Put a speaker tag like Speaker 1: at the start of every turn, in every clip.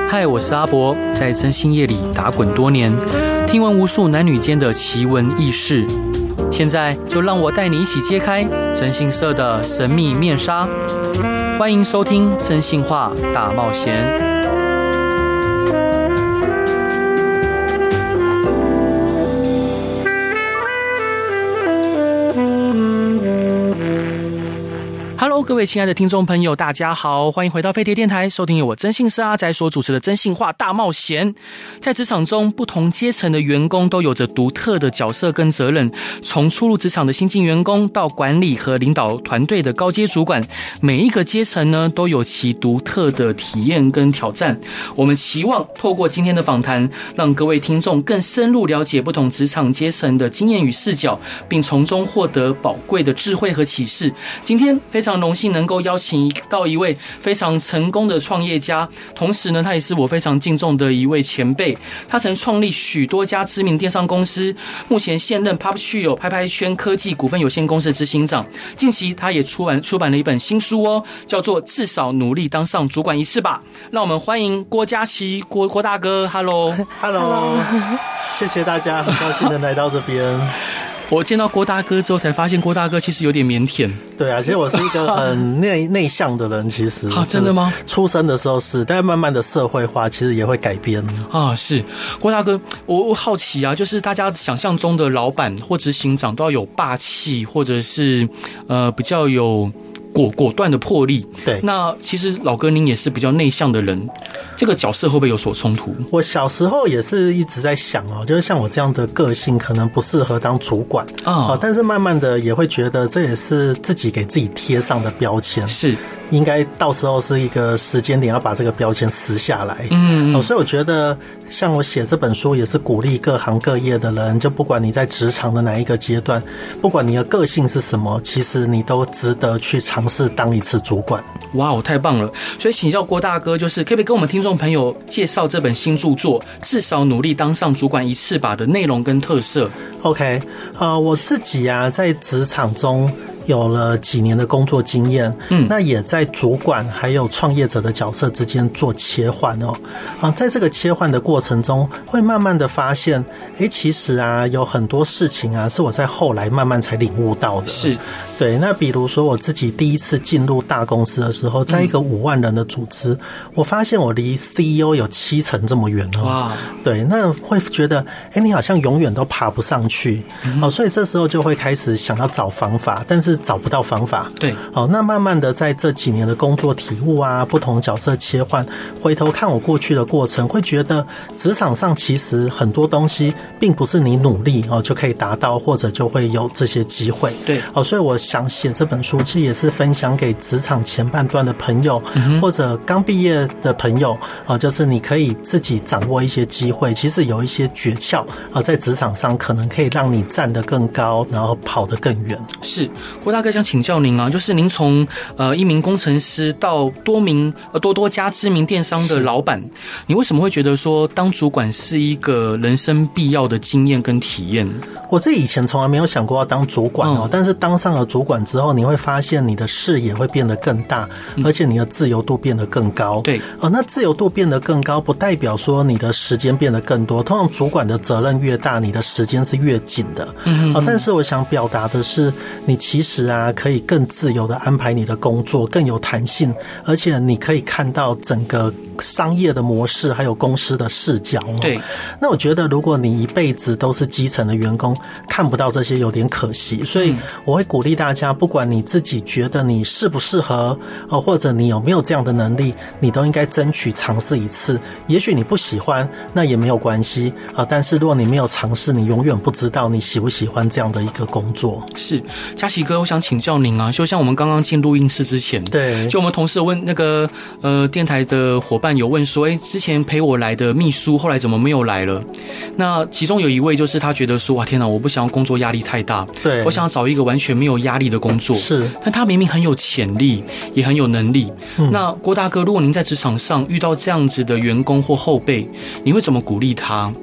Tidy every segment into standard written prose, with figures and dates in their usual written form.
Speaker 1: 嗨，我是阿伯，在征信业里打滚多年，听闻无数男女间的奇闻异事。现在就让我带你一起揭开征信社的神秘面纱。欢迎收听《征信话大冒险》。Hello， 各位亲爱的听众朋友，大家好，欢迎回到飞碟电台，收听由我征信社阿宅所主持的《征信话大冒险》。在职场中，不同阶层的员工都有着独特的角色跟责任，从初入职场的新进员工到管理和领导团队的高阶主管，每一个阶层呢都有其独特的体验跟挑战。我们期望透过今天的访谈，让各位听众更深入了解不同职场阶层的经验与视角，并从中获得宝贵的智慧和启示。今天非常荣幸能够邀请到一位非常成功的创业家，同时呢，他也是我非常敬重的一位前辈。他曾创立许多家知名电商公司，目前现任 PopChio 拍拍圈科技股份有限公司的执行长。近期他也出版了一本新书哦，叫做《至少努力当上主管一次吧》。让我们欢迎郭嘉琪郭大哥 ，Hello，
Speaker 2: 谢谢大家，很高兴能来到这边。
Speaker 1: 我见到郭大哥之后，才发现郭大哥其实有点腼腆。
Speaker 2: 对啊，其实我是一个很内向的人，其实。
Speaker 1: 真的吗？
Speaker 2: 出生的时候是，但是慢慢的社会化，其实也会改变。
Speaker 1: 是郭大哥，我好奇啊，就是大家想象中的老板或执行长都要有霸气，或者是比较有果断的魄力。
Speaker 2: 对，
Speaker 1: 那其实老哥您也是比较内向的人，这个角色会不会有所冲突？
Speaker 2: 我小时候也是一直在想就是像我这样的个性可能不适合当主管但是慢慢的也会觉得这也是自己给自己贴上的标签，是应该到时候是一个时间点要把这个标签撕下来。所以我觉得像我写这本书也是鼓励各行各业的人，就不管你在职场的哪一个阶段，不管你的个性是什么，其实你都值得去尝试当一次主管。
Speaker 1: 哇，太棒了！所以请教郭大哥，就是可不可以跟我们听众朋友介绍这本新著作《至少努力当上主管一次吧》的内容跟特色？
Speaker 2: OK， 我自己在职场中有了几年的工作经验，那也在主管还有创业者的角色之间做切换在这个切换的过程中，会慢慢的发现，其实有很多事情是我在后来慢慢才领悟到的。是，对。那比如说我自己第一次进入大公司的时候，在一个5万人的组织，我发现我离 CEO 有70%这么远哇，对，那会觉得，你好像永远都爬不上去，所以这时候就会开始想要找方法，但是找不到方法。对，那慢慢的在这几年的工作体悟不同角色切换，回头看我过去的过程，会觉得职场上其实很多东西并不是你努力就可以达到，或者就会有这些机会。对，所以我想写这本书，其实也是分享给职场前半段的朋友，或者刚毕业的朋友就是你可以自己掌握一些机会，其实有一些诀窍在职场上可能可以让你站得更高，然后跑得更远。是，
Speaker 1: 郭大哥想请教您就是您从一名工程师到多家知名电商的老板，你为什么会觉得说当主管是一个人生必要的经验跟体验？
Speaker 2: 我自己以前从来没有想过要当主管但是当上了主管之后，你会发现你的视野会变得更大，而且你的自由度变得更高。对，那自由度变得更高，不代表说你的时间变得更多。通常主管的责任越大，你的时间是越紧的。但是我想表达的是，你其实可以更自由的安排你的工作，更有弹性，而且你可以看到整个商业的模式还有公司的视角。对，那我觉得如果你一辈子都是基层的员工，看不到这些有点可惜。所以我会鼓励大家，不管你自己觉得你适不适合或者你有没有这样的能力，你都应该争取尝试一次。也许你不喜欢，那也没有关系但是如果你没有尝试，你永远不知道你喜不喜欢这样的一个工作。是，
Speaker 1: 嘉琪哥，我想请教您就像我们刚刚进录音室之前，对，就我们同事问那个电台的伙伴有问说，之前陪我来的秘书后来怎么没有来了？那其中有一位就是他觉得说，哇天哪，我不想要工作压力太大，对，我想要找一个完全没有压力的工作。是，但他明明很有潜力，也很有能力。那郭大哥，如果您在职场上遇到这样子的员工或后辈，你会怎么鼓励他？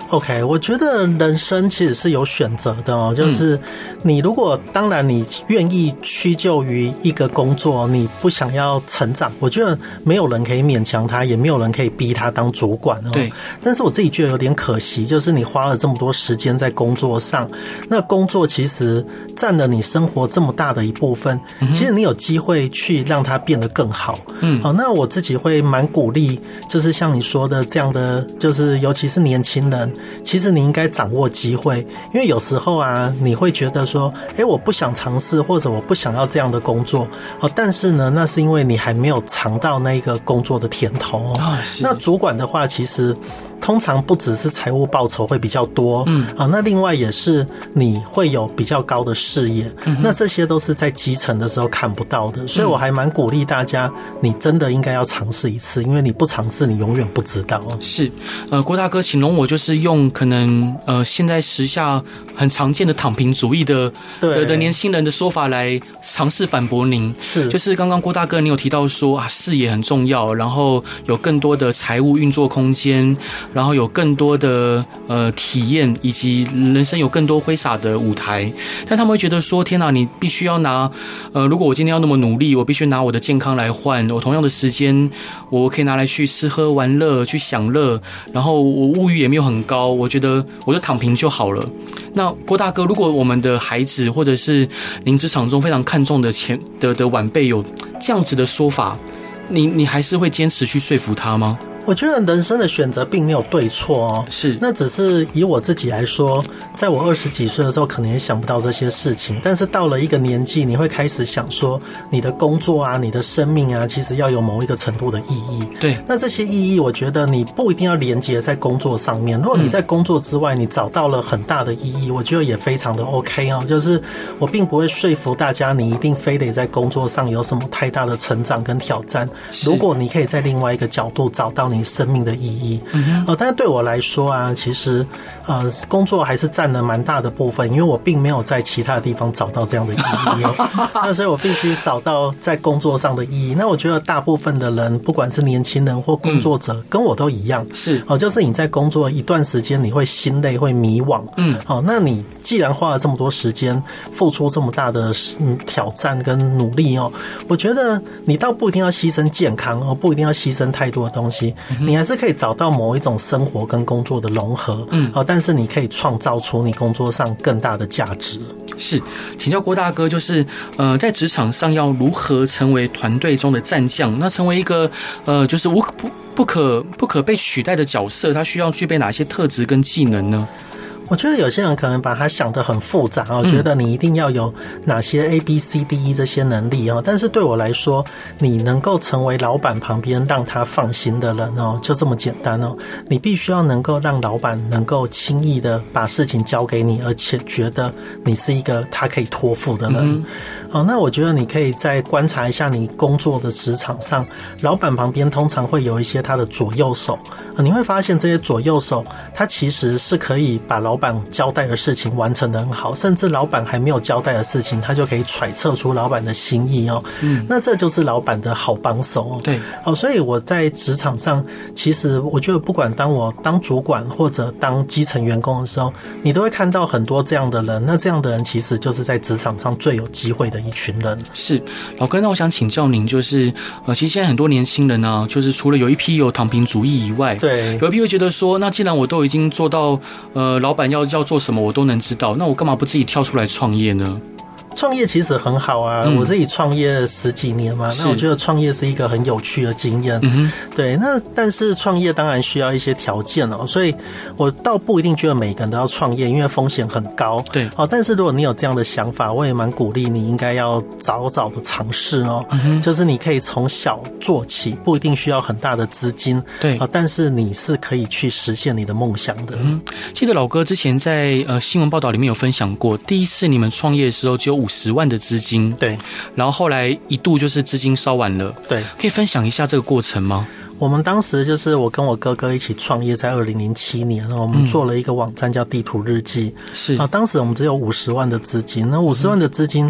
Speaker 2: OK， 我觉得人生其实是有选择的哦，就是你如果当然你愿意屈就于一个工作，你不想要成长，我觉得没有人可以勉强他，也没有人可以逼他当主管哦。
Speaker 1: 对。
Speaker 2: 但是我自己觉得有点可惜，就是你花了这么多时间在工作上，那工作其实占了你生活这么大的一部分，其实你有机会去让它变得更好。那我自己会蛮鼓励，就是像你说的这样的，就是尤其是年轻人。其实你应该掌握机会，因为有时候啊，你会觉得说，我不想尝试，或者我不想要这样的工作但是呢，那是因为你还没有尝到那个工作的甜头那主管的话，其实通常不只是财务报酬会比较多，那另外也是你会有比较高的视野，那这些都是在基层的时候看不到的，所以我还蛮鼓励大家，你真的应该要尝试一次，因为你不尝试，你永远不知道。
Speaker 1: 是，郭大哥，形容我就是用可能现在时下很常见的躺平主义的年轻人的说法来尝试反驳您。
Speaker 2: 是，
Speaker 1: 就是刚刚郭大哥你有提到说视野很重要，然后有更多的财务运作空间。然后有更多的体验，以及人生有更多挥洒的舞台，但他们会觉得说：天哪，你必须要拿如果我今天要那么努力，我必须拿我的健康来换。我同样的时间，我可以拿来去吃喝玩乐，去享乐，然后我物欲也没有很高，我觉得我就躺平就好了。那郭大哥，如果我们的孩子或者是您职场中非常看重的晚辈有这样子的说法，你还是会坚持去说服他吗？
Speaker 2: 我觉得人生的选择并没有对错
Speaker 1: 是，
Speaker 2: 那只是以我自己来说，在我20几岁的时候可能也想不到这些事情，但是到了一个年纪，你会开始想说你的工作啊，你的生命啊，其实要有某一个程度的意义。
Speaker 1: 对，
Speaker 2: 那这些意义我觉得你不一定要连结在工作上面，如果你在工作之外你找到了很大的意义，我觉得也非常的 OK 就是我并不会说服大家你一定非得在工作上有什么太大的成长跟挑战，如果你可以在另外一个角度找到你生命的意义。但是对我来说啊，其实工作还是占了蛮大的部分，因为我并没有在其他地方找到这样的意义那所以我必须找到在工作上的意义。那我觉得大部分的人，不管是年轻人或工作者，跟我都一样，
Speaker 1: 是
Speaker 2: 就是你在工作一段时间，你会心累，会迷惘，那你既然花了这么多时间，付出这么大的挑战跟努力我觉得你倒不一定要牺牲健康不一定要牺牲太多的东西，你还是可以找到某一种生活跟工作的融合，但是你可以创造出你工作上更大的价值。
Speaker 1: 是，请教郭大哥，就是在职场上要如何成为团队中的战将？那成为一个就是不可被取代的角色，他需要具备哪些特质跟技能呢？
Speaker 2: 我觉得有些人可能把它想得很复杂觉得你一定要有哪些 A、B、C、D、E 这些能力但是对我来说，你能够成为老板旁边让他放心的人就这么简单你必须要能够让老板能够轻易的把事情交给你，而且觉得你是一个他可以托付的人。那我觉得你可以再观察一下你工作的职场上，老板旁边通常会有一些他的左右手你会发现这些左右手他其实是可以把老板交代的事情完成得很好，甚至老板还没有交代的事情，他就可以揣测出老板的心意那这就是老板的好帮手
Speaker 1: 对
Speaker 2: 所以我在职场上，其实我觉得不管我当主管或者当基层员工的时候，你都会看到很多这样的人，那这样的人其实就是在职场上最有机会的一群人。
Speaker 1: 是，老哥，那我想请教您，就是其实现在很多年轻人啊，就是除了有一批有躺平主义以外，
Speaker 2: 对，
Speaker 1: 有一批会觉得说，那既然我都已经做到老板要做什么我都能知道，那我干嘛不自己跳出来创业呢？
Speaker 2: 创业其实很好啊，我自己创业10几年嘛，那我觉得创业是一个很有趣的经验。对，那但是创业当然需要一些条件所以我倒不一定觉得每个人都要创业，因为风险很高。
Speaker 1: 对
Speaker 2: 但是如果你有这样的想法，我也蛮鼓励你应该要早早的尝试就是你可以从小做起，不一定需要很大的资金。
Speaker 1: 对
Speaker 2: 但是你是可以去实现你的梦想的。
Speaker 1: 记得老哥之前在新闻报道里面有分享过，第一次你们创业的时候只有50万的资金，
Speaker 2: 对，
Speaker 1: 然后后来一度就是资金烧完了，
Speaker 2: 对，
Speaker 1: 可以分享一下这个过程吗？
Speaker 2: 我们当时就是我跟我哥哥一起创业，在2007年，我们做了一个网站叫地图日记。是当时我们只有50万的资金，那50万的资金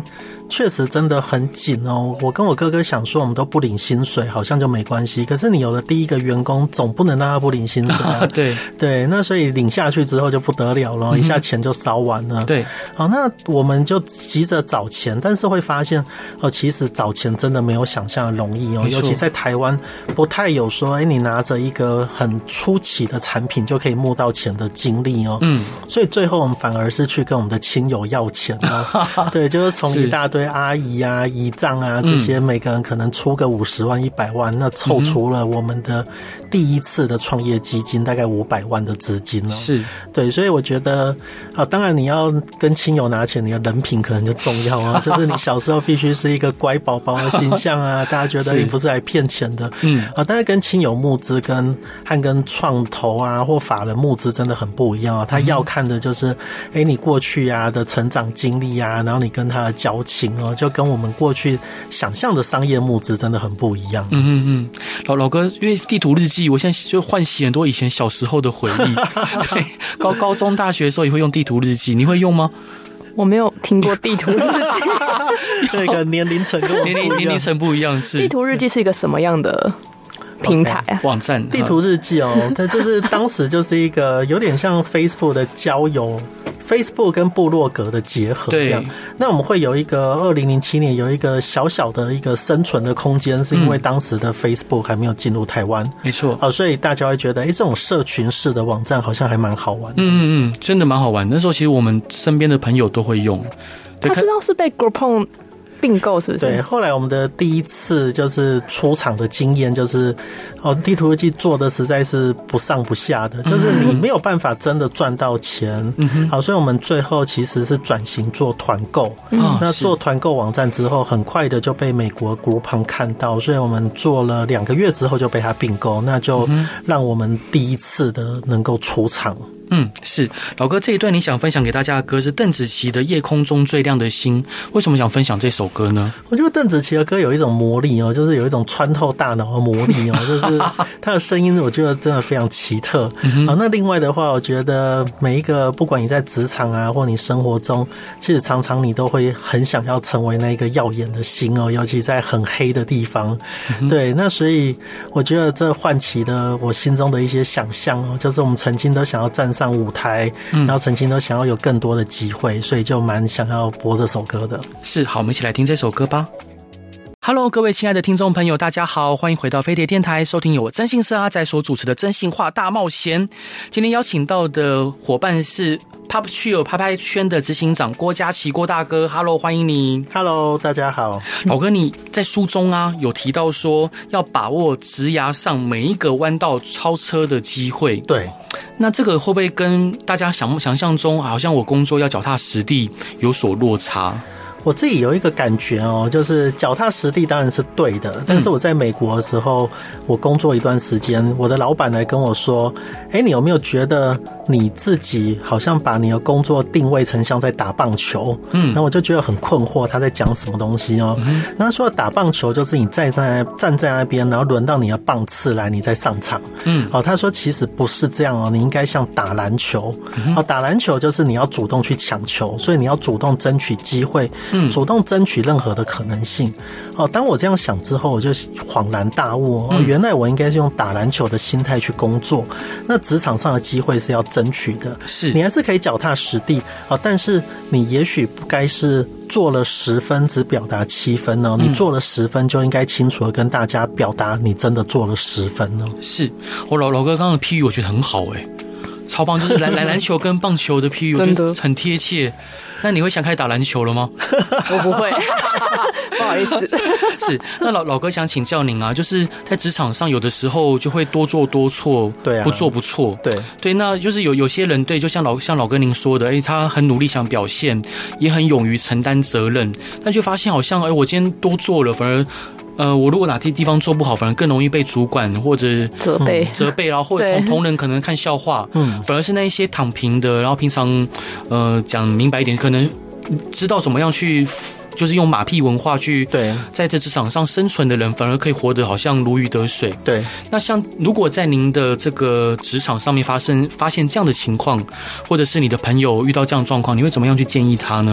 Speaker 2: 确实真的很紧哦。我跟我哥哥想说，我们都不领薪水，好像就没关系。可是你有了第一个员工，总不能让他不领薪水啊。
Speaker 1: 对
Speaker 2: 对，那所以领下去之后就不得了了，一下钱就烧完了。
Speaker 1: 对，
Speaker 2: 好，那我们就急着找钱，但是会发现其实找钱真的没有想象的容易哦。尤其在台湾，不太有说，你拿着一个很初期的产品就可以募到钱的经历哦。所以最后我们反而是去跟我们的亲友要钱哦。对，就是从一大堆阿姨啊、姨丈啊这些，每个人可能出个50万、100万，那凑出了我们的第一次的创业基金，大概500万的资金哦。
Speaker 1: 是，
Speaker 2: 对，所以我觉得当然你要跟亲友拿钱，你的人品可能就重要啊，就是你小时候必须是一个乖宝宝的形象啊，大家觉得你不是来骗钱的。但是跟亲友募资跟创投啊或法人募资真的很不一样啊，他要看的就是你过去啊的成长经历啊，然后你跟他的交情哦，就跟我们过去想象的商业募资真的很不一样。
Speaker 1: 老哥，因为地图日记，我现在就唤起很多以前小时候的回忆。对，高中大学的时候也会用地图日记，你会用吗？
Speaker 3: 我没有听过地图日记。
Speaker 2: 那个年龄层跟我
Speaker 1: 年龄层不一样。是
Speaker 3: 地图日记是一个什么样的平台啊？
Speaker 1: 网站
Speaker 2: 地图日记哦，它就是当时就是一个有点像 Facebook 的交友，Facebook 跟部落格的结合这样。那我们会有一个2007年有一个小小的一个生存的空间，是因为当时的 Facebook 还没有进入台湾，
Speaker 1: 没错。
Speaker 2: 所以大家会觉得，这种社群式的网站好像还蛮好玩的。
Speaker 1: 真的蛮好玩。那时候其实我们身边的朋友都会用。
Speaker 3: 他知道是被 Groupon并购是不是？
Speaker 2: 对，后来我们的第一次就是出场的经验就是地图日记做的实在是不上不下的，就是你没有办法真的赚到钱。好，所以我们最后其实是转型做团购。那做团购网站之后，很快的就被美国 Groupon 看到，所以我们做了2个月之后就被他并购，那就让我们第一次的能够出场。
Speaker 1: 是老哥，这一段你想分享给大家的歌是邓紫棋的《夜空中最亮的星》，为什么想分享这首歌呢？
Speaker 2: 我觉得邓紫棋的歌有一种魔力哦，就是有一种穿透大脑的魔力哦，就是她的声音我觉得真的非常奇特。那另外的话，我觉得每一个不管你在职场啊或你生活中，其实常常你都会很想要成为那一个耀眼的星哦，尤其在很黑的地方。对，那所以我觉得这唤起了我心中的一些想象哦，就是我们曾经都想要站上舞台，然后曾经都想要有更多的机会，所以就蛮想要播这首歌的。
Speaker 1: 是，好，我们一起来听这首歌吧。Hello， 各位亲爱的听众朋友，大家好，欢迎回到飞碟电台，收听由我真心是阿仔所主持的真心话大冒险。今天邀请到的伙伴是 PopChill 拍拍圈的执行长郭嘉琪，郭大哥 ，Hello， 欢迎你。
Speaker 2: Hello， 大家好。
Speaker 1: 老哥，你在书中啊有提到说要把握职涯上每一个弯道超车的机会。
Speaker 2: 对。
Speaker 1: 那这个会不会跟大家想象中好像我工作要脚踏实地有所落差？
Speaker 2: 我自己有一个感觉哦，就是脚踏实地当然是对的，但是我在美国的时候，我工作一段时间，我的老板来跟我说，你有没有觉得你自己好像把你的工作定位成像在打棒球？然后我就觉得很困惑，他在讲什么东西哦。那他说打棒球就是你站在那边，然后轮到你的棒次来，你再上场。他说其实不是这样哦，你应该像打篮球。打篮球就是你要主动去抢球，所以你要主动争取机会。主动争取任何的可能性。当我这样想之后，我就恍然大悟原来我应该是用打篮球的心态去工作。那职场上的机会是要争取的，是你还是可以脚踏实地但是你也许不该是做了10分只表达7分哦，你做了10分就应该清楚的跟大家表达你真的做了10分哦。
Speaker 1: 是，我老哥刚刚的譬喻我觉得很好超棒，就是篮球跟棒球的譬喻，我觉得很贴切。那你会想开始打篮球了吗？
Speaker 3: 我不会，不好意思。
Speaker 1: 是，那老哥想请教您啊，就是在职场上有的时候就会多做多错，对啊，不做不错，对，那就是有些人对，就像老哥您说的，他很努力想表现，也很勇于承担责任，但却发现好像我今天多做了，反而。我如果哪地方做不好，反而更容易被主管或者责备，然后或者同仁可能看笑话，反而是那一些躺平的，然后平常讲明白一点，可能知道怎么样去，就是用马屁文化去在这职场上生存的人，反而可以活得好像如鱼得水。对，那像如果在您的这个职场上面发现这样的情况，或者是你的朋友遇到这样的状况，你会怎么样去建议他呢？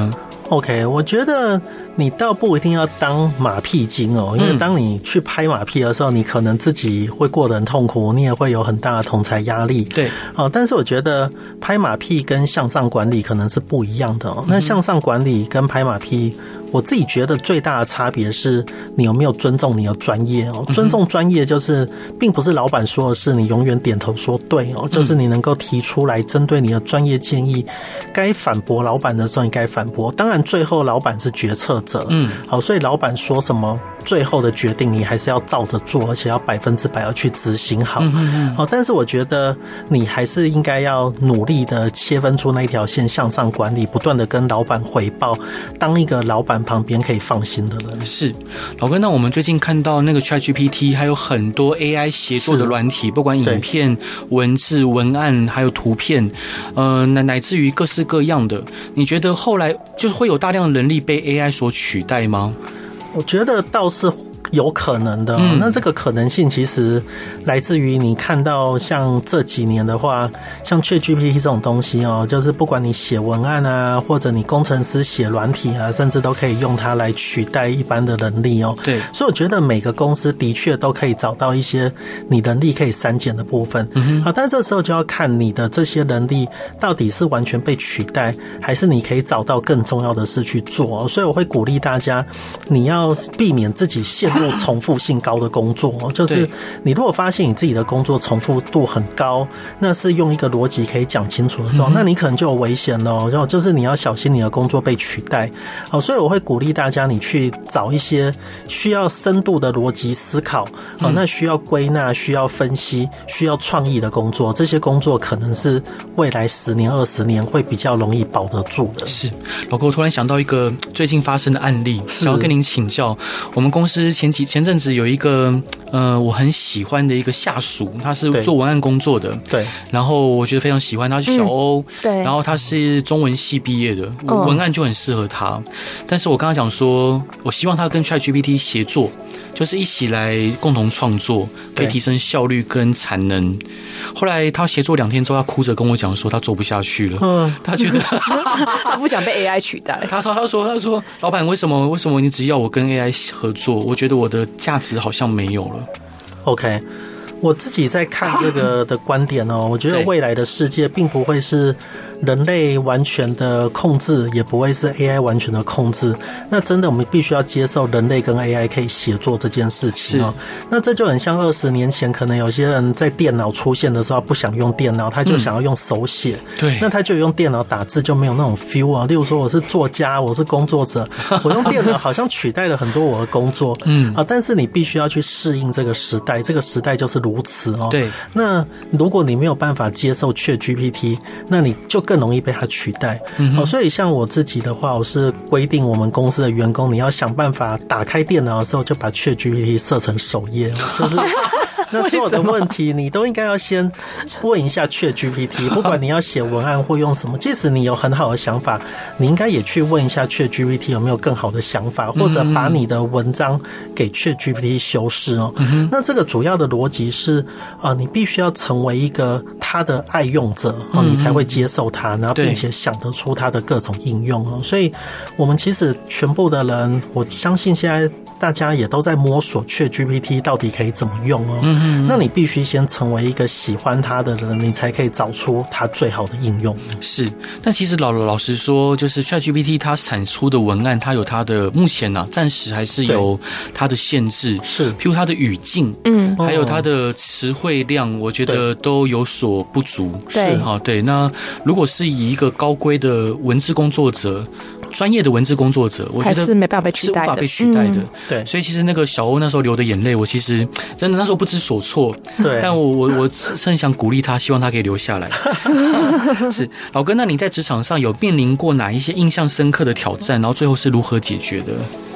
Speaker 2: OK， 我觉得你倒不一定要当马屁精哦，因为当你去拍马屁的时候，你可能自己会过得很痛苦，你也会有很大的同侪压力。
Speaker 1: 对，
Speaker 2: 但是我觉得拍马屁跟向上管理可能是不一样的哦。那向上管理跟拍马屁，我自己觉得最大的差别是你有没有尊重你的专业哦。尊重专业就是并不是老板说的事你永远点头说对哦，就是你能够提出来针对你的专业建议，该反驳老板的时候你该反驳。当然最后老板是决策者，好，所以老板说什么最后的决定你还是要照着做，而且要100%要去执行好。好，但是我觉得你还是应该要努力的切分出那一条线，向上管理，不断的跟老板回报，当一个老板旁边可以放心的人。
Speaker 1: 是，老哥，那我们最近看到那个 ChatGPT 还有很多 AI 协作的软体，不管影片、文字、文案还有图片，乃至于各式各样的，你觉得后来就会有大量的人力被 AI 所取代吗？
Speaker 2: 我觉得倒是有可能的，那这个可能性其实来自于你看到像这几年的话，像 ChatGPT 这种东西哦，就是不管你写文案啊，或者你工程师写软体啊，甚至都可以用它来取代一般的人力哦。对，所以我觉得每个公司的确都可以找到一些你人力可以删减的部分。好，但这时候就要看你的这些人力到底是完全被取代，还是你可以找到更重要的事去做哦。所以我会鼓励大家，你要避免自己陷入重复性高的工作，就是你如果发现你自己的工作重复度很高，那是用一个逻辑可以讲清楚的时候，那你可能就有危险了，就是你要小心你的工作被取代。好，所以我会鼓励大家，你去找一些需要深度的逻辑思考，好，那需要归纳、需要分析、需要创意的工作，这些工作可能是未来10年、20年会比较容易保得住的。
Speaker 1: 是，老哥，我突然想到一个最近发生的案例，想要跟您请教。我们公司前阵子有一个我很喜欢的一个下属，他是做文案工作的，对，然后我觉得非常喜欢，他是小欧，对，然后他是中文系毕业的，文案就很适合他。但是我刚刚讲说，我希望他跟 ChatGPT 协作，就是一起来共同创作，可以提升效率跟产能。后来他协作2天之后，他哭着跟我讲说，他做不下去了，他觉得
Speaker 3: 他不想被 AI 取代。
Speaker 1: 他说，老板，为什么你只要我跟 AI 合作？我觉得我的价值好像没有了。
Speaker 2: OK， 我自己在看这个的观点哦，我觉得未来的世界并不会是人类完全的控制，也不会是 AI 完全的控制。那真的我们必须要接受人类跟 AI 可以协作这件事情哦。那这就很像20年前，可能有些人在电脑出现的时候不想用电脑，他就想要用手写，对，那他就用电脑打字就没有那种 feel 啊。例如说我是作家，我是工作者，我用电脑好像取代了很多我的工作，但是你必须要去适应这个时代，这个时代就是如此哦。对，那如果你没有办法接受 ChatGPT， 那你就更容易被它取代。所以像我自己的话，我是规定我们公司的员工，你要想办法打开电脑的时候就把 ChatGPT 设成首页，就是那所有的问题你都应该要先问一下 ChatGPT， 不管你要写文案或用什么，即使你有很好的想法，你应该也去问一下 ChatGPT 有没有更好的想法，或者把你的文章给 ChatGPT 修饰哦。那这个主要的逻辑是你必须要成为一个他的爱用者，你才会接受他，然后并且想得出他的各种应用哦。所以我们其实全部的人，我相信现在大家也都在摸索 ChatGPT 到底可以怎么用哦。那你必须先成为一个喜欢它的人，你才可以找出它最好的应用。
Speaker 1: 是，但其实老实说，就是 ChatGPT 它产出的文案，它有它的目前暂时还是有它的限制，是，譬如它的语境，还有它的词汇量，我觉得都有所不足。对，对。那如果是以一个高规的文字工作者，专业的文字工作者，我觉得
Speaker 3: 是没办法被取代的，
Speaker 1: 是无法被取代的。对，所以其实那个小欧那时候流的眼泪，我其实真的那时候不知所措。对，但我是很想鼓励他，希望他可以留下来。是，老哥，那你在职场上有面临过哪一些印象深刻的挑战？然后最后是如何解决的？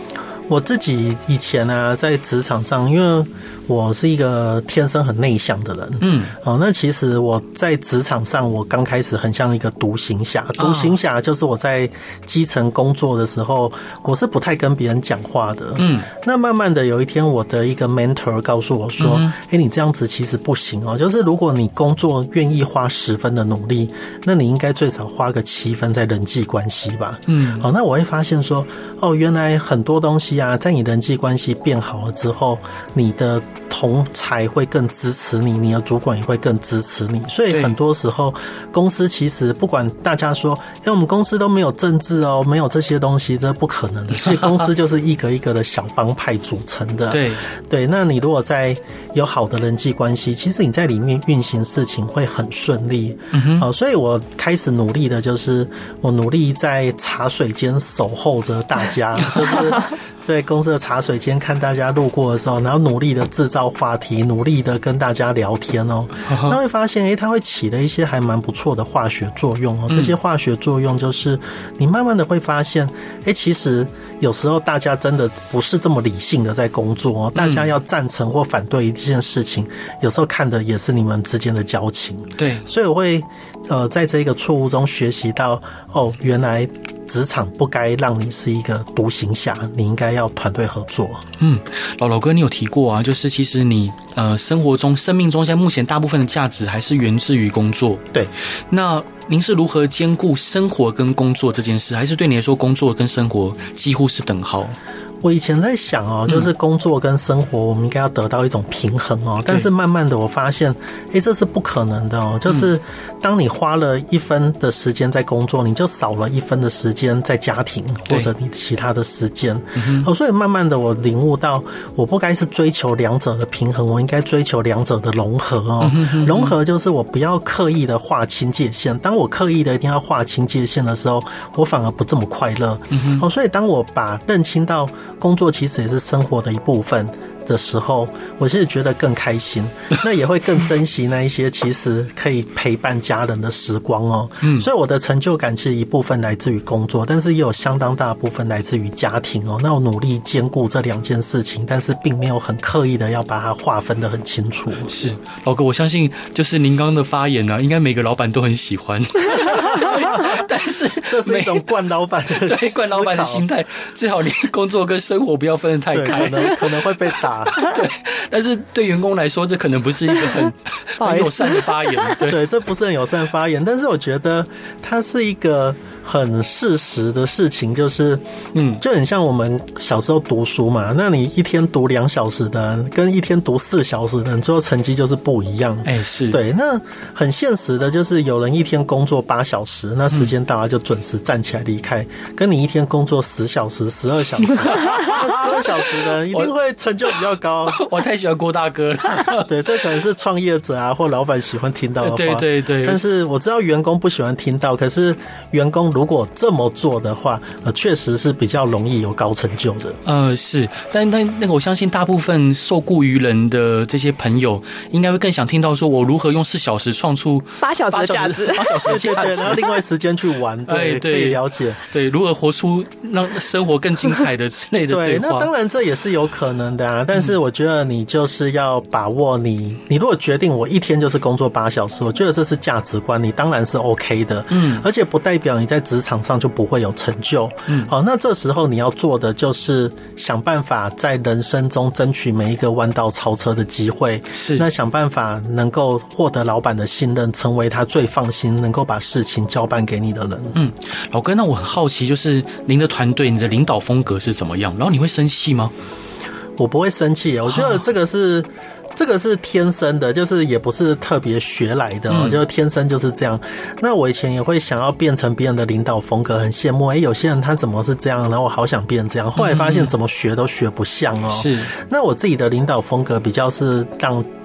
Speaker 2: 我自己以前啊，在职场上，因为我是一个天生很内向的人，那其实我在职场上，我刚开始很像一个独行侠。独行侠就是我在基层工作的时候，我是不太跟别人讲话的，那慢慢的有一天，我的一个 mentor 告诉我说，你这样子其实不行哦，就是如果你工作愿意花10分的努力，那你应该最少花个7分在人际关系吧，那我会发现说，原来很多东西啊，在你人际关系变好了之后，你的同才会更支持你，你的主管也会更支持你。所以很多时候公司其实不管大家说我们公司都没有政治哦，没有这些东西，这不可能的。所以公司就是一个一个的小帮派组成的。对，那你如果在有好的人际关系，其实你在里面运行事情会很顺利。所以我开始努力的就是我努力在茶水间守候着大家，就是在公司的茶水间看大家路过的时候，然后努力的制造话题，努力的跟大家聊天哦。那会发现它会起了一些还蛮不错的化学作用哦。这些化学作用就是你慢慢的会发现其实有时候大家真的不是这么理性的在工作哦，大家要赞成或反对一件事情，有时候看的也是你们之间的交情。对，所以我会在这个错误中学习到原来职场不该让你是一个独行侠，你应该要团队合作。
Speaker 1: 老哥你有提过啊，就是其实你生活中生命中现在目前大部分的价值还是源自于工作。对，那您是如何兼顾生活跟工作这件事，还是对你来说工作跟生活几乎是等号？
Speaker 2: 我以前在想就是工作跟生活我们应该要得到一种平衡但是慢慢的我发现这是不可能的就是当你花了1分的时间在工作，你就少了1分的时间在家庭或者你其他的时间所以慢慢的我领悟到我不该是追求两者的平衡，我应该追求两者的融合融合就是我不要刻意的划清界限，当我刻意的一定要划清界限的时候，我反而不这么快乐所以当我把认清到工作其实也是生活的一部分的时候，我其实觉得更开心，那也会更珍惜那一些其实可以陪伴家人的时光所以我的成就感其实一部分来自于工作，但是也有相当大的部分来自于家庭那我努力兼顾这2件事情，但是并没有很刻意的要把它划分得很清楚。
Speaker 1: 是，老哥，我相信就是您刚刚的发言应该每个老板都很喜欢但是
Speaker 2: 这是一种惯老板的
Speaker 1: 对惯老板的心态，最好你工作跟生活不要分得太开，
Speaker 2: 可能会被打
Speaker 1: 对，但是对员工来说，这可能不是一个很友善的发言。
Speaker 2: 对，这不是很友善的发言，但是我觉得它是一个很事实的事情，就是就很像我们小时候读书嘛，那你一天读2小时的人跟一天读4小时的人，最后成绩就是不一样。是对，那很现实的就是有人一天工作8小时，那时间到了就准时站起来离开，跟你一天工作10小时、12小时，那12小时的人一定会成就比较高。
Speaker 1: 我太喜欢郭大哥了。
Speaker 2: 对，这可能是创业者啊或老板喜欢听到的话。对，但是我知道员工不喜欢听到，可是员工如果这么做的话，确实是比较容易有高成就的。
Speaker 1: 是，但那个我相信大部分受雇于人的这些朋友，应该会更想听到说我如何用4小时创出
Speaker 3: 8小时的价值
Speaker 1: ，8小时的价值，
Speaker 2: 然后另外时间去玩，对，可以了解，
Speaker 1: 对，如何活出让生活更精彩的之类的对话。
Speaker 2: 那当然这也是有可能的啊，但是我觉得你就是要把握你如果决定我一天就是工作8小时，我觉得这是价值观，你当然是 OK 的，而且不代表你在职场上就不会有成就，好，那这时候你要做的就是想办法在人生中争取每一个弯道超车的机会，是，那想办法能够获得老板的信任，成为他最放心能够把事情交办给你的人。
Speaker 1: 老哥，那我很好奇，就是您的团队，你的领导风格是怎么样？然后你会生气吗？
Speaker 2: 我不会生气，我觉得这个是天生的，就是也不是特别学来的，就天生就是这样。那我以前也会想要变成别人的领导风格，很羡慕有些人他怎么是这样，然后我好想变成这样，后来发现怎么学都学不像是。那我自己的领导风格比较是让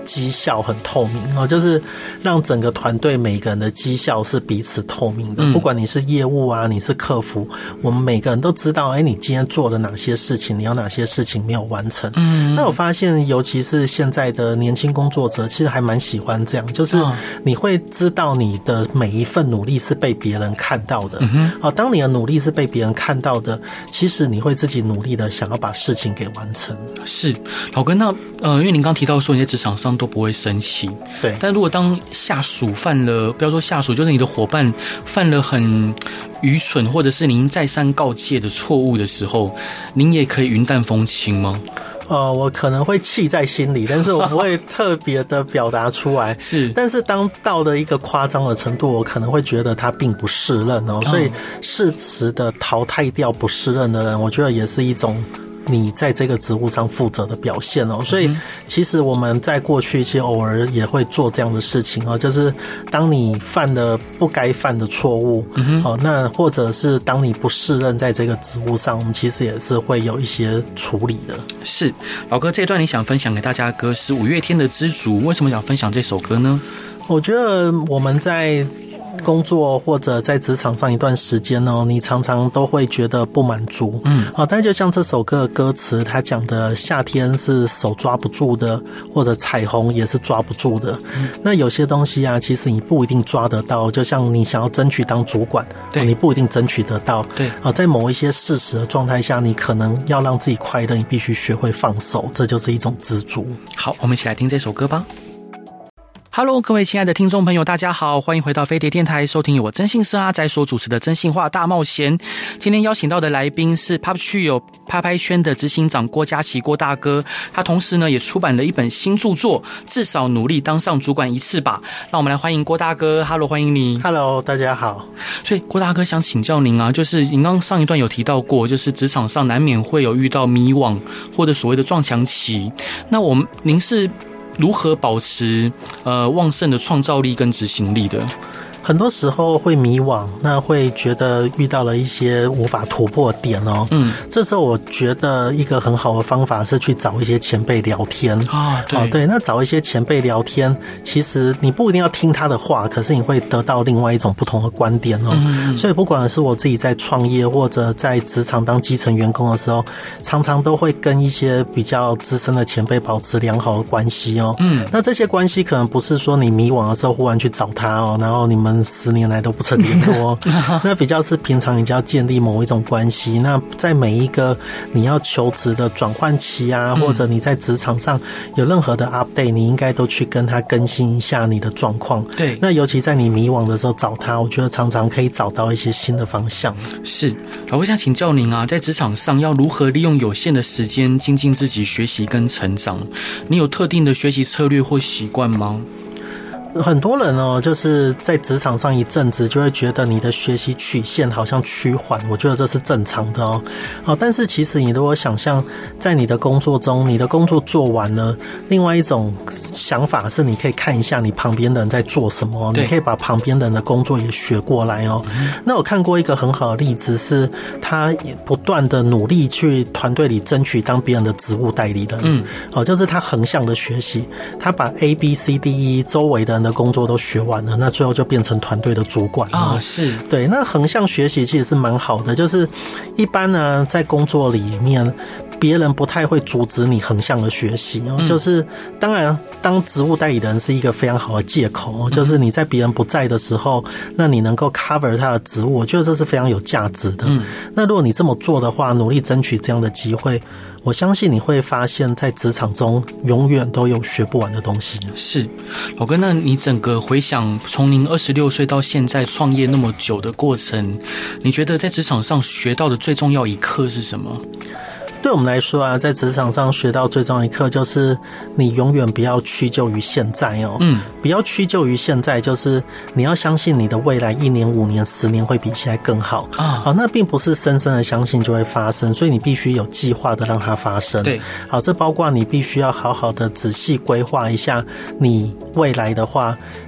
Speaker 2: 绩效很透明哦，就是让整个团队每个人的绩效是彼此透明的，不管你是业务啊，你是客服，我们每个人都知道，你今天做了哪些事情，你有哪些事情没有完成。那我发现，尤其是现在的年轻工作者，其实还蛮喜欢这样，就是你会知道你的每一份努力是被别人看到的。当你的努力是被别人看到的，其实你会自己努力的想要把事情给完成。
Speaker 1: 是，老哥，那因为您刚提到说你在职场上都不会生气，
Speaker 2: 对，
Speaker 1: 但如果当下属犯了，不要说下属，就是你的伙伴犯了很愚蠢或者是您再三告诫的错误的时候，您也可以云淡风轻吗？
Speaker 2: 我可能会气在心里，但是我不会特别的表达出来。
Speaker 1: 是，
Speaker 2: 但是当到了一个夸张的程度，我可能会觉得他并不适任哦，所以适时的淘汰掉不适任的人，我觉得也是一种你在这个职务上负责的表现哦。所以其实我们在过去其实偶尔也会做这样的事情哦，就是当你犯了不该犯的错误，那或者是当你不适任在这个职务上，我们其实也是会有一些处理的。
Speaker 1: 是，老哥，这一段你想分享给大家的歌是五月天的《知足》，为什么想分享这首歌呢？
Speaker 2: 我觉得我们在工作或者在职场上一段时间哦，你常常都会觉得不满足，但就像这首歌的歌词，它讲的夏天是手抓不住的，或者彩虹也是抓不住的。那有些东西啊，其实你不一定抓得到，就像你想要争取当主管，对，你不一定争取得到。对，在某一些事实的状态下，你可能要让自己快乐，你必须学会放手，这就是一种知足。
Speaker 1: 好，我们一起来听这首歌吧。Hello， 各位亲爱的听众朋友，大家好，欢迎回到飞碟电台，收听由我真心是阿仔所主持的真心话大冒险。今天邀请到的来宾是 Pop Trio 拍拍圈的执行长郭嘉琪郭大哥，他同时呢也出版了一本新著作，至少努力当上主管一次吧。让我们来欢迎郭大哥。 Hello， 欢迎你。
Speaker 2: Hello， 大家好。
Speaker 1: 所以郭大哥想请教您啊，就是您刚上一段有提到过，就是职场上难免会有遇到迷惘或者所谓的撞墙期，那您是如何保持旺盛的创造力跟执行力的？
Speaker 2: 很多时候会迷惘，那会觉得遇到了一些无法突破的点哦。这时候我觉得一个很好的方法是去找一些前辈聊天啊。对，那找一些前辈聊天，其实你不一定要听他的话，可是你会得到另外一种不同的观点哦。所以不管是我自己在创业或者在职场当基层员工的时候，常常都会跟一些比较资深的前辈保持良好的关系哦。那这些关系可能不是说你迷惘的时候忽然去找他哦，然后你们10年来都不曾联络那比较是平常你就要建立某一种关系。那在每一个你要求职的转换期啊，或者你在职场上有任何的 update， 你应该都去跟他更新一下你的状况。对，那尤其在你迷惘的时候找他，我觉得常常可以找到一些新的方向。
Speaker 1: 是，老哥想请教您啊，在职场上要如何利用有限的时间精进自己学习跟成长？你有特定的学习策略或习惯吗？
Speaker 2: 很多人哦，就是在职场上一阵子，就会觉得你的学习曲线好像趋缓，我觉得这是正常的哦。但是其实你如果想象在你的工作中，你的工作做完了，另外一种想法是你可以看一下你旁边的人在做什么，你可以把旁边的人的工作也学过来哦。那我看过一个很好的例子，是他不断的努力去团队里争取当别人的职务代理人。就是他横向的学习，他把 ABCDE 周围的人的工作都学完了，那最后就变成团队的主管啊。是，对，那横向学习其实是蛮好的，就是一般呢在工作里面别人不太会阻止你横向的学习哦。就是当然当职务代理人是一个非常好的借口，就是你在别人不在的时候，那你能够 cover 他的职务，我觉得这是非常有价值的。那如果你这么做的话，努力争取这样的机会，我相信你会发现在职场中永远都有学不完的东西。是，
Speaker 1: 老哥，那你整个回想从您26岁到现在创业那么久的过程，你觉得在职场上学到的最重要一课是什么？
Speaker 2: 对我们来说啊，在职场上学到最重要一课就是你永远不要屈就于现在哦。不要屈就于现在，就是你要相信你的未来1年、5年、10年会比现在更好啊。好，那并不是深深的相信就会发生，所以你必须有计划的让它发生。对，好，这包括你必须要好好的仔细规划一下你未来的话，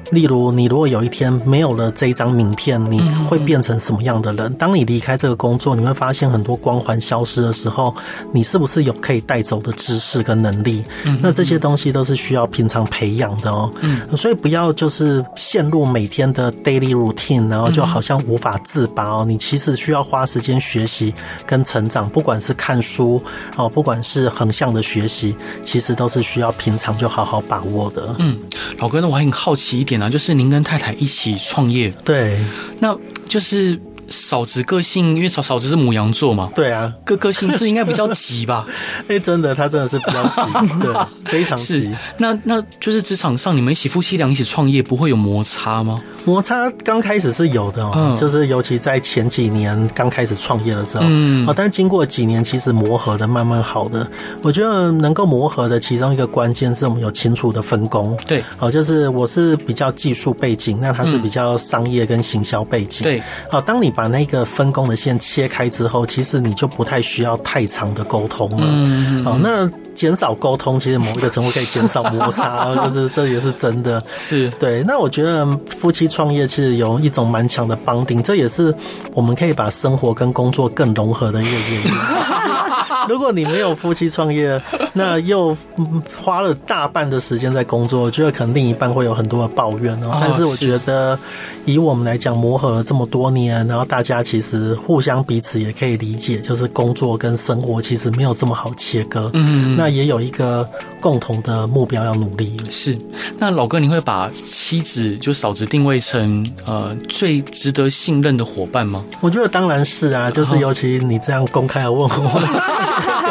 Speaker 2: 例如你如果有一天没有了这一张名片，你会变成什么样的人？当你离开这个工作，你会发现很多光环消失的时候，你是不是有可以带走的知识跟能力？那这些东西都是需要平常培养的哦。所以不要就是陷入每天的 daily routine， 然后就好像无法自拔哦。你其实需要花时间学习跟成长，不管是看书哦，不管是横向的学习，其实都是需要平常就好好把握的。
Speaker 1: 老哥，那我还很好奇一点啊，就是您跟太太一起创业，
Speaker 2: 对，
Speaker 1: 那就是嫂子个性，因为嫂子是牡羊座嘛，
Speaker 2: 对啊，
Speaker 1: 个性是应该比较急吧？
Speaker 2: 真的，他真的是比较急，对，非常急。
Speaker 1: 那就是职场上你们夫妻俩一起创业，不会有摩擦吗？
Speaker 2: 摩擦刚开始是有的哦，就是尤其在前几年刚开始创业的时候，但是经过几年，其实磨合的慢慢好的。我觉得能够磨合的其中一个关键是我们有清楚的分工。
Speaker 1: 对，
Speaker 2: 就是我是比较技术背景，那他是比较商业跟行销背景。
Speaker 1: 对，
Speaker 2: 当你把那个分工的线切开之后，其实你就不太需要太长的沟通了。那减少沟通，其实某一个程度可以减少摩擦，就是这也是真的。
Speaker 1: 是
Speaker 2: 对。那我觉得夫妻创业其实有一种蛮强的bonding，这也是我们可以把生活跟工作更融合的一个原因。如果你没有夫妻创业，那又花了大半的时间在工作，我觉得可能另一半会有很多的抱怨哦。但是我觉得以我们来讲，磨合了这么多年，然后大家其实互相彼此也可以理解，就是工作跟生活其实没有这么好切割。那也有一个共同的目标要努力。
Speaker 1: 是。那老哥，你会把妻子就嫂子定位成最值得信任的伙伴吗？
Speaker 2: 我觉得当然是啊，就是尤其你这样公开的问我。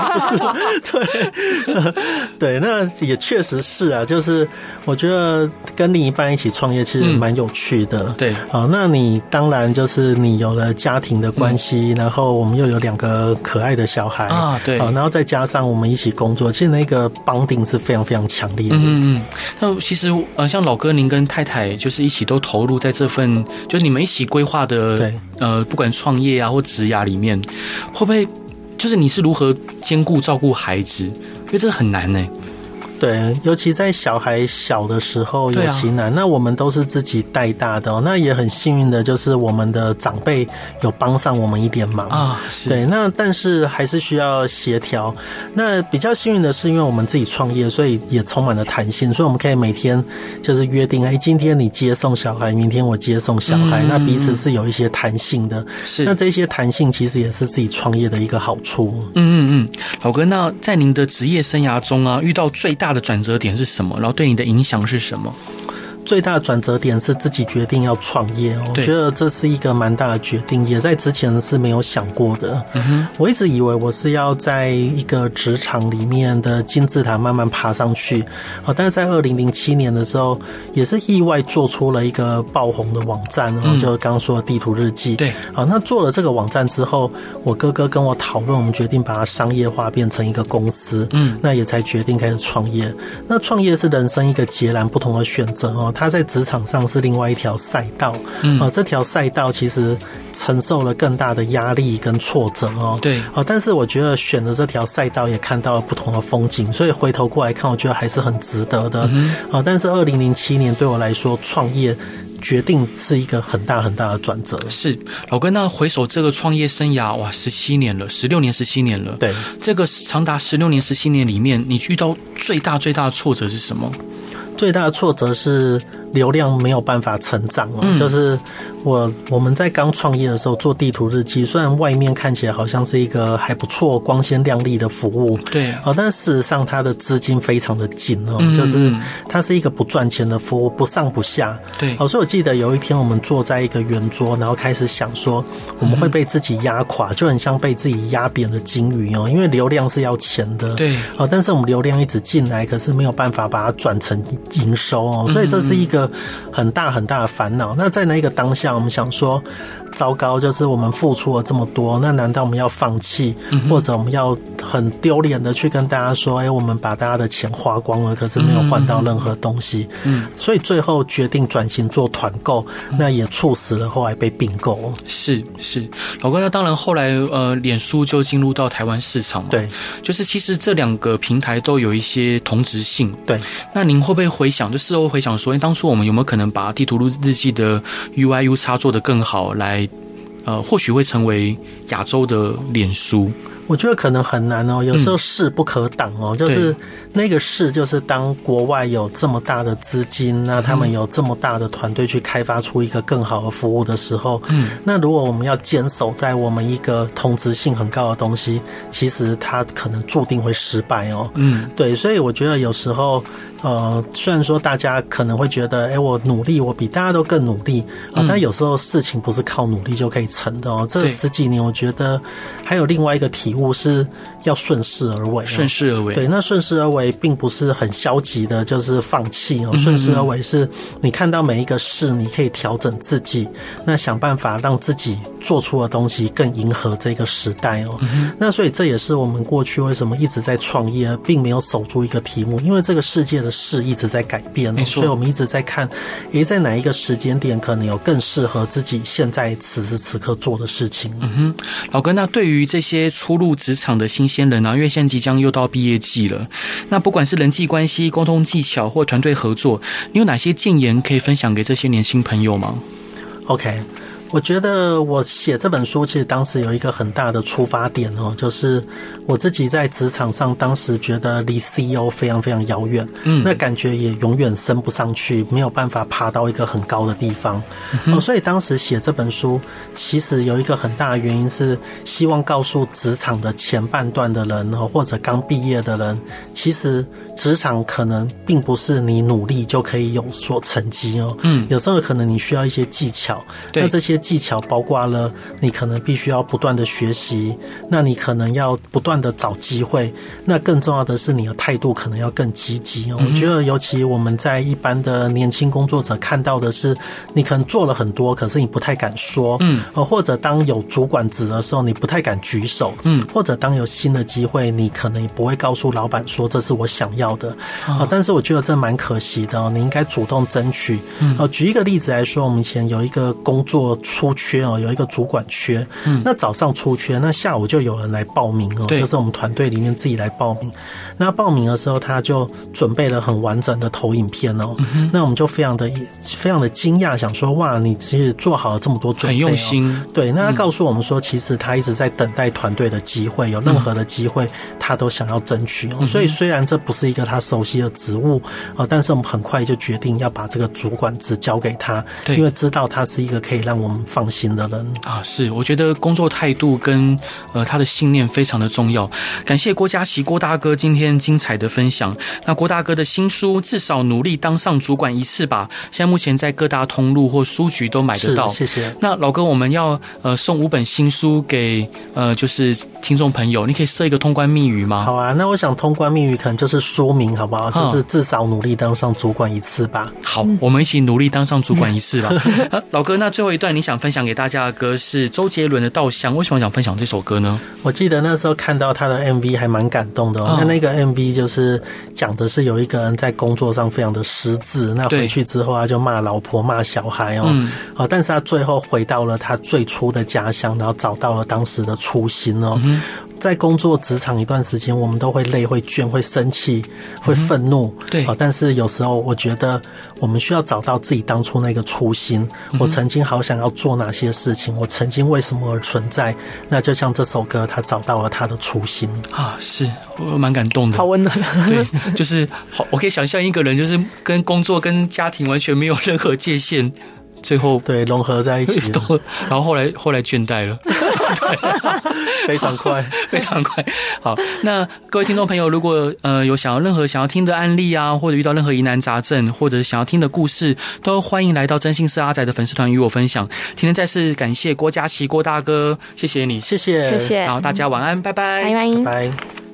Speaker 2: 对，那也确实是啊，就是我觉得跟另一半一起创业其实蛮有趣的。
Speaker 1: 对，
Speaker 2: 那你当然就是你有了家庭的关系，然后我们又有2个可爱的小孩啊，
Speaker 1: 对，
Speaker 2: 然后再加上我们一起工作，其实那个bonding是非常非常强烈的。
Speaker 1: 那其实像老哥您跟太太就是一起都投入在这份就是你们一起规划的不管创业啊或职涯里面，会不会就是你是如何兼顾照顾孩子？因为这很难呢。
Speaker 2: 对，尤其在小孩小的时候尤其难。那我们都是自己带大的那也很幸运的就是我们的长辈有帮上我们一点忙啊。对，那但是还是需要协调。那比较幸运的是，因为我们自己创业，所以也充满了弹性，所以我们可以每天就是约定，今天你接送小孩，明天我接送小孩，那彼此是有一些弹性的。是，那这些弹性其实也是自己创业的一个好处。
Speaker 1: 老哥，那在您的职业生涯中啊，遇到最大的转折点是什么？然后对你的影响是什么？
Speaker 2: 最大的转折点是自己决定要创业，我觉得这是一个蛮大的决定，也在之前是没有想过的。我一直以为我是要在一个职场里面的金字塔慢慢爬上去，但是在2007年的时候，也是意外做出了一个爆红的网站，就刚刚说的地图日记。对，那做了这个网站之后，我哥哥跟我讨论，我们决定把它商业化，变成一个公司。那也才决定开始创业。那创业是人生一个截然不同的选择它在职场上是另外一条赛道，这条赛道其实承受了更大的压力跟挫折对，但是我觉得选了这条赛道也看到了不同的风景，所以回头过来看，我觉得还是很值得的。但是2007年对我来说，创业决定是一个很大很大的转折。是，
Speaker 1: 老哥，那回首这个创业生涯，哇，16年了，16年、17年了。对，这个长达16年、17年里面，你遇到最大的挫折是什么？
Speaker 2: 最大的挫折是流量没有办法成长就是我们在刚创业的时候做地图日记，虽然外面看起来好像是一个还不错光鲜亮丽的服务，对，但事实上它的资金非常的紧就是它是一个不赚钱的服务，不上不下。对，所以我记得有一天我们坐在一个圆桌，然后开始想说我们会被自己压垮，就很像被自己压扁的金鱼因为流量是要钱的，对，但是我们流量一直进来，可是没有办法把它转成营收所以这是一个很大很大的烦恼。那在那个当下，我们想说糟糕，就是我们付出了这么多，那难道我们要放弃，或者我们要很丢脸的去跟大家说，我们把大家的钱花光了，可是没有换到任何东西。所以最后决定转型做团购，那也促使了后来被并购。
Speaker 1: 是，老哥，那当然后来脸书就进入到台湾市场嘛。
Speaker 2: 对，
Speaker 1: 就是其实这两个平台都有一些同质性。
Speaker 2: 对，
Speaker 1: 那您会不会回想，就事后回想说，当初我们有没有可能把地图日记的 UI/UX 做得更好，来或许会成为亚洲的脸书？
Speaker 2: 我觉得可能很难哦，有时候势不可挡哦，就是那个势，就是当国外有这么大的资金，那他们有这么大的团队去开发出一个更好的服务的时候，那如果我们要坚守在我们一个同质性很高的东西，其实它可能注定会失败哦。对，所以我觉得有时候虽然说大家可能会觉得，我努力，我比大家都更努力但有时候事情不是靠努力就可以成的哦。这10几年，我觉得还有另外一个体悟是要顺势而为。
Speaker 1: 顺势而为，
Speaker 2: 对，那顺势而为并不是很消极的，就是放弃哦。顺势而为是你看到每一个事，你可以调整自己，那想办法让自己做出的东西更迎合这个时代哦。那所以这也是我们过去为什么一直在创业，并没有守住一个题目，因为这个世界的事一直在改变哦，所以我们一直在看，在哪一个时间点可能有更适合自己现在此时此刻做的事情。
Speaker 1: 老哥，那对于这些初入职场的新鲜人啊，因为现在即将又到毕业季了，那不管是人际关系、沟通技巧或团队合作，你有哪些建言可以分享给这些年轻朋友吗？
Speaker 2: OK，我觉得我写这本书其实当时有一个很大的出发点哦，就是我自己在职场上当时觉得离 CEO 非常非常遥远，那感觉也永远升不上去，没有办法爬到一个很高的地方所以当时写这本书其实有一个很大的原因是希望告诉职场的前半段的人或者刚毕业的人，其实职场可能并不是你努力就可以有所成绩哦。有时候可能你需要一些技巧，那这些技巧包括了你可能必须要不断的学习，那你可能要不断的找机会，那更重要的是你的态度可能要更积极哦。我觉得尤其我们在一般的年轻工作者看到的是，你可能做了很多，可是你不太敢说，或者当有主管职的时候，你不太敢举手，或者当有新的机会，你可能也不会告诉老板说这是我想要的但是我觉得这蛮可惜的你应该主动争取举一个例子来说，我们以前有一个工作出缺有一个主管缺那早上出缺，那下午就有人来报名就是我们团队里面自己来报名。那报名的时候他就准备了很完整的投影片那我们就非常的惊讶，想说哇，你其实做好了这么多准备
Speaker 1: 很用心
Speaker 2: 对，那他告诉我们说其实他一直在等待团队的机会，有任何的机会他都想要争取所以虽然这不是一个他熟悉的职务但是我们很快就决定要把这个主管职交给他，因为知道他是一个可以让我们放心的人
Speaker 1: 是，我觉得工作态度跟他的信念非常的重要。感谢郭嘉琪郭大哥今天精彩的分享。那郭大哥的新书至少努力当上主管一次吧，现在目前在各大通路或书局都买得到。
Speaker 2: 谢谢。
Speaker 1: 那老哥，我们要送5本新书给就是听众朋友，你可以设一个通关密语吗？
Speaker 2: 好啊，那我想通关密语可能就是书名好不好？就是至少努力当上主管一次吧。
Speaker 1: 好，我们一起努力当上主管一次吧老哥，那最后一段你想分享给大家的歌是周杰伦的《稻香》，为什么想分享这首歌呢？
Speaker 2: 我记得那时候看到他的 MV 还蛮感动的那个 MV 就是讲的是有一个人在工作上非常的失志，那回去之后他就骂老婆骂小孩但是他最后回到了他最初的家乡，然后找到了当时的初心在工作职场一段时间，我们都会累、会倦、会生气、会愤怒，
Speaker 1: 对
Speaker 2: 但是有时候我觉得我们需要找到自己当初那个初心我曾经好想要做哪些事情，我曾经为什么而存在，那就像这首歌他找到了他的初心
Speaker 1: 是，我蛮感动的，
Speaker 3: 好温暖
Speaker 1: 对，就是好，我可以想象一个人就是跟工作跟家庭完全没有任何界限，最后
Speaker 2: 对融合在一起
Speaker 1: 然后后来倦怠了
Speaker 2: 非常快
Speaker 1: 非常快。好，那各位听众朋友，如果有任何想要听的案例啊，或者遇到任何疑难杂症，或者想要听的故事，都欢迎来到真心是阿仔的粉丝团与我分享。今天再次感谢郭嘉琪郭大哥，谢谢你，
Speaker 2: 谢谢，
Speaker 1: 然后大家晚安，拜拜，
Speaker 3: 拜拜。
Speaker 2: 拜拜。